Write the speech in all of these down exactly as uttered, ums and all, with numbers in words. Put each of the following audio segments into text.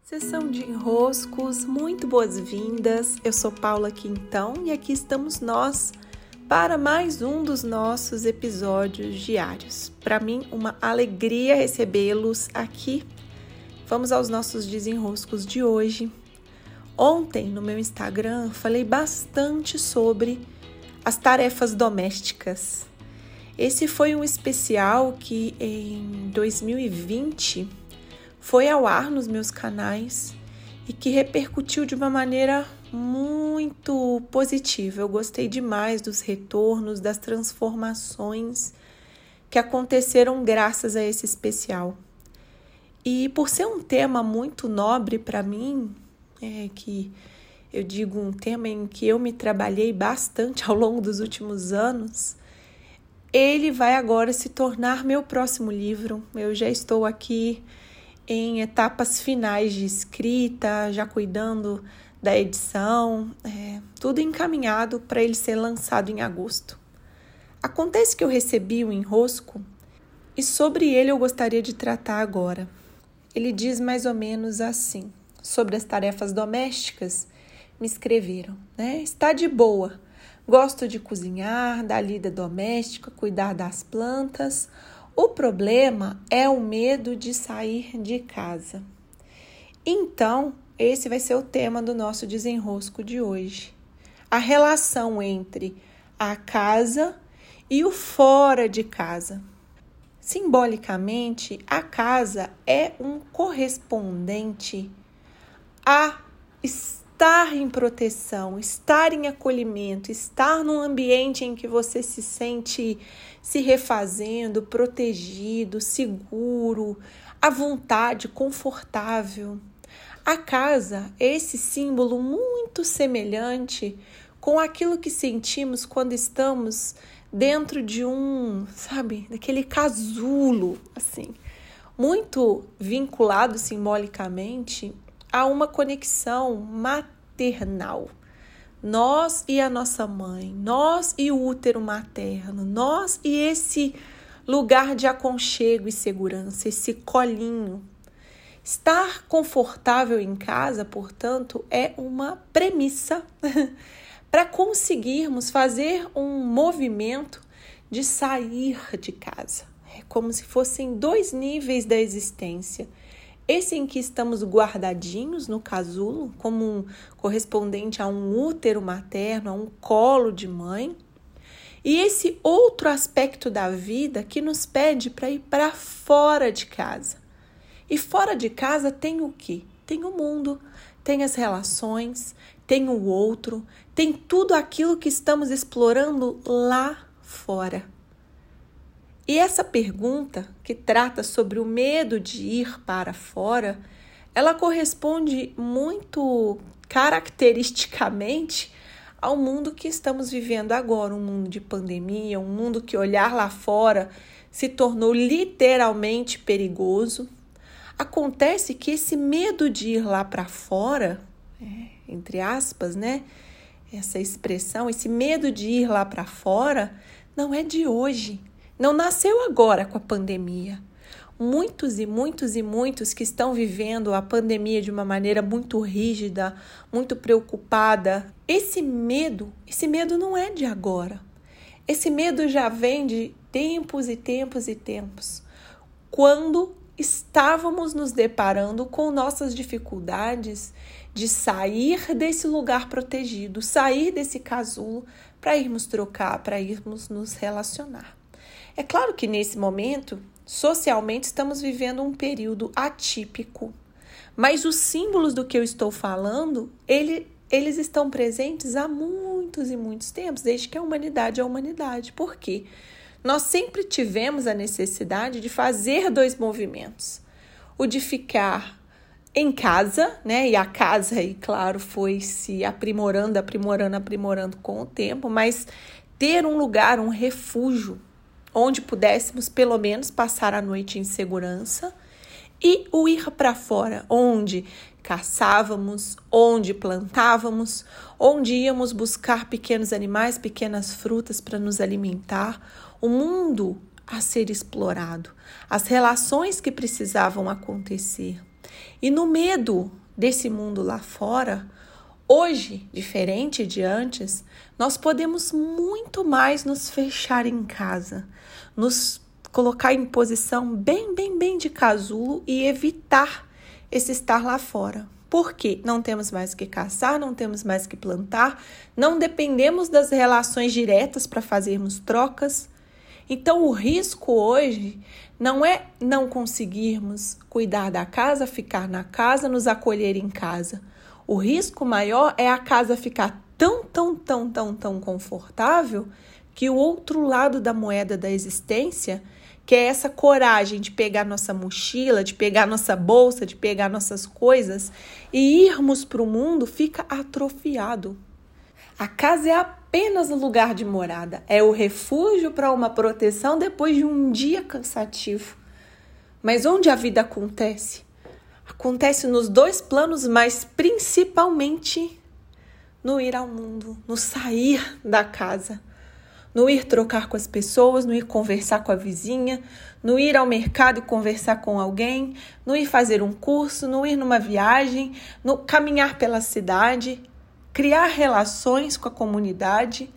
Sessão de enroscos, muito boas-vindas. Eu sou Paula Quintão e aqui estamos nós para mais um dos nossos episódios diários. Para mim, uma alegria recebê-los aqui. Vamos aos nossos desenroscos de hoje. Ontem, no meu Instagram, falei bastante sobre as tarefas domésticas. Esse foi um especial que em dois mil e vinte foi ao ar nos meus canais e que repercutiu de uma maneira muito positiva. Eu gostei demais dos retornos, das transformações que aconteceram graças a esse especial. E por ser um tema muito nobre para mim, é que eu digo um tema em que eu me trabalhei bastante ao longo dos últimos anos, ele vai agora se tornar meu próximo livro. Eu já estou aqui em etapas finais de escrita, já cuidando da edição, é, tudo encaminhado para ele ser lançado em agosto. Acontece que eu recebi um enrosco e sobre ele eu gostaria de tratar agora. Ele diz mais ou menos assim, sobre as tarefas domésticas, me escreveram, né? Está de boa, gosto de cozinhar, da lida doméstica, cuidar das plantas. O problema é o medo de sair de casa. Então, esse vai ser o tema do nosso desenrosco de hoje. A relação entre a casa e o fora de casa. Simbolicamente, a casa é um correspondente a estar em proteção, estar em acolhimento, estar num ambiente em que você se sente se refazendo, protegido, seguro, à vontade, confortável. A casa é esse símbolo muito semelhante com aquilo que sentimos quando estamos dentro de um, sabe, daquele casulo, assim, muito vinculado simbolicamente a uma conexão maternal. Nós e a nossa mãe, nós e o útero materno, nós e esse lugar de aconchego e segurança, esse colinho. Estar confortável em casa, portanto, é uma premissa para conseguirmos fazer um movimento de sair de casa. É como se fossem dois níveis da existência. Esse em que estamos guardadinhos no casulo, como um correspondente a um útero materno, a um colo de mãe. E esse outro aspecto da vida que nos pede para ir para fora de casa. E fora de casa tem o quê? Tem o mundo, tem as relações, tem o outro, tem tudo aquilo que estamos explorando lá fora. E essa pergunta, que trata sobre o medo de ir para fora, ela corresponde muito caracteristicamente ao mundo que estamos vivendo agora, um mundo de pandemia, um mundo que olhar lá fora se tornou literalmente perigoso. Acontece que esse medo de ir lá para fora, é, entre aspas, né? Essa expressão, esse medo de ir lá para fora não é de hoje. Não nasceu agora com a pandemia. Muitos e muitos e muitos que estão vivendo a pandemia de uma maneira muito rígida, muito preocupada. Esse medo, esse medo não é de agora. Esse medo já vem de tempos e tempos e tempos. Quando estávamos nos deparando com nossas dificuldades de sair desse lugar protegido, sair desse casulo para irmos trocar, para irmos nos relacionar. É claro que nesse momento, socialmente, estamos vivendo um período atípico, mas os símbolos do que eu estou falando, ele, eles estão presentes há muitos e muitos tempos, desde que a humanidade é a humanidade. Por quê? Nós sempre tivemos a necessidade de fazer dois movimentos. O de ficar em casa, né? E a casa, aí, claro, foi se aprimorando, aprimorando, aprimorando com o tempo, mas ter um lugar, um refúgio, onde pudéssemos pelo menos passar a noite em segurança, e o ir para fora, onde caçávamos, onde plantávamos, onde íamos buscar pequenos animais, pequenas frutas para nos alimentar, o mundo a ser explorado, as relações que precisavam acontecer. E no medo desse mundo lá fora, hoje, diferente de antes, nós podemos muito mais nos fechar em casa, nos colocar em posição bem, bem, bem de casulo e evitar esse estar lá fora. Por quê? Não temos mais que caçar, não temos mais que plantar, não dependemos das relações diretas para fazermos trocas. Então, o risco hoje não é não conseguirmos cuidar da casa, ficar na casa, nos acolher em casa. O risco maior é a casa ficar tão, tão, tão, tão, tão confortável que o outro lado da moeda da existência, que é essa coragem de pegar nossa mochila, de pegar nossa bolsa, de pegar nossas coisas e irmos para o mundo, fica atrofiado. A casa é apenas o lugar de morada, é o refúgio para uma proteção depois de um dia cansativo. Mas onde a vida acontece? Acontece nos dois planos, mas principalmente no ir ao mundo, no sair da casa. No ir trocar com as pessoas, no ir conversar com a vizinha, no ir ao mercado e conversar com alguém, no ir fazer um curso, no ir numa viagem, no caminhar pela cidade, criar relações com a comunidade,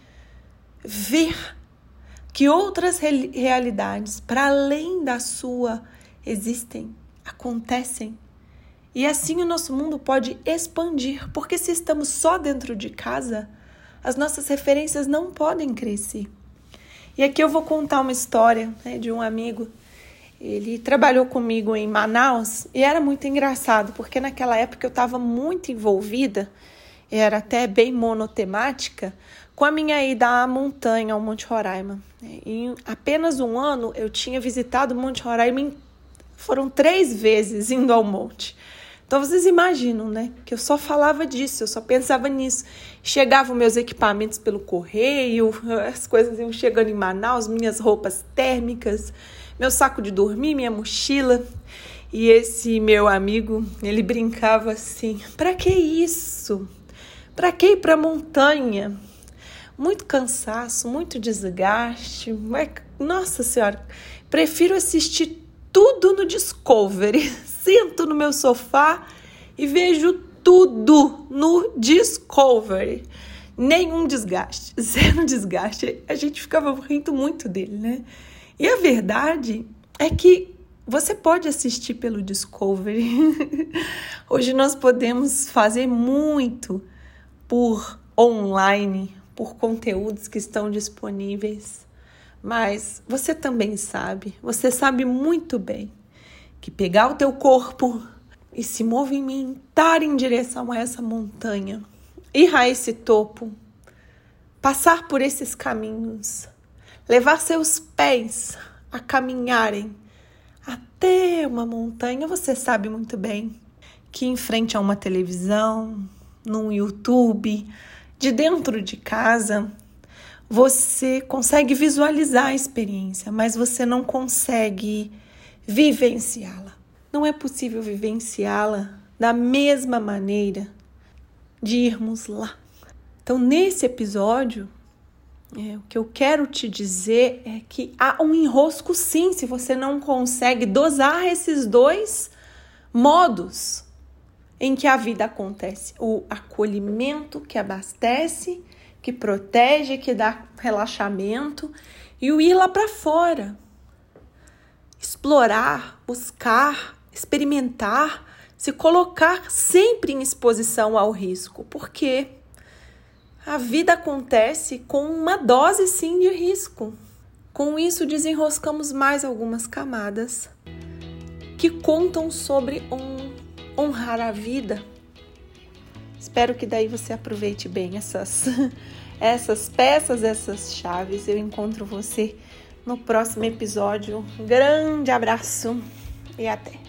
ver que outras re- realidades, para além da sua, existem, acontecem. E assim o nosso mundo pode expandir, porque se estamos só dentro de casa, as nossas referências não podem crescer. E aqui eu vou contar uma história, né, de um amigo. Ele trabalhou comigo em Manaus e era muito engraçado, porque naquela época eu estava muito envolvida, era até bem monotemática, com a minha ida à montanha, ao Monte Roraima. Em apenas um ano eu tinha visitado o Monte Roraima, em, foram três vezes indo ao monte. Então, vocês imaginam, né? Que eu só falava disso, eu só pensava nisso. Chegavam meus equipamentos pelo correio, as coisas iam chegando em Manaus, minhas roupas térmicas, meu saco de dormir, minha mochila. E esse meu amigo, ele brincava assim, pra que isso? Pra que ir pra montanha? Muito cansaço, muito desgaste. Mas, nossa Senhora, prefiro assistir tudo no Discovery. Sento no meu sofá e vejo tudo no Discovery. Nenhum desgaste, zero desgaste. A gente ficava rindo muito dele, né? E a verdade é que você pode assistir pelo Discovery. Hoje nós podemos fazer muito por online, por conteúdos que estão disponíveis. Mas você também sabe, você sabe muito bem que pegar o teu corpo e se movimentar em direção a essa montanha, ir a esse topo, passar por esses caminhos, levar seus pés a caminharem até uma montanha, você sabe muito bem que em frente a uma televisão, num YouTube, de dentro de casa, você consegue visualizar a experiência, mas você não consegue vivenciá-la. Não é possível vivenciá-la da mesma maneira de irmos lá. Então, nesse episódio, é, o que eu quero te dizer é que há um enrosco sim, se você não consegue dosar esses dois modos em que a vida acontece. O acolhimento que abastece, que protege, que dá relaxamento, e o ir lá para fora. Explorar, buscar, experimentar, se colocar sempre em exposição ao risco, porque a vida acontece com uma dose sim de risco. Com isso desenroscamos mais algumas camadas que contam sobre um honrar a vida. Espero que daí você aproveite bem essas, essas peças, essas chaves. Eu encontro você no próximo episódio. Um grande abraço e até!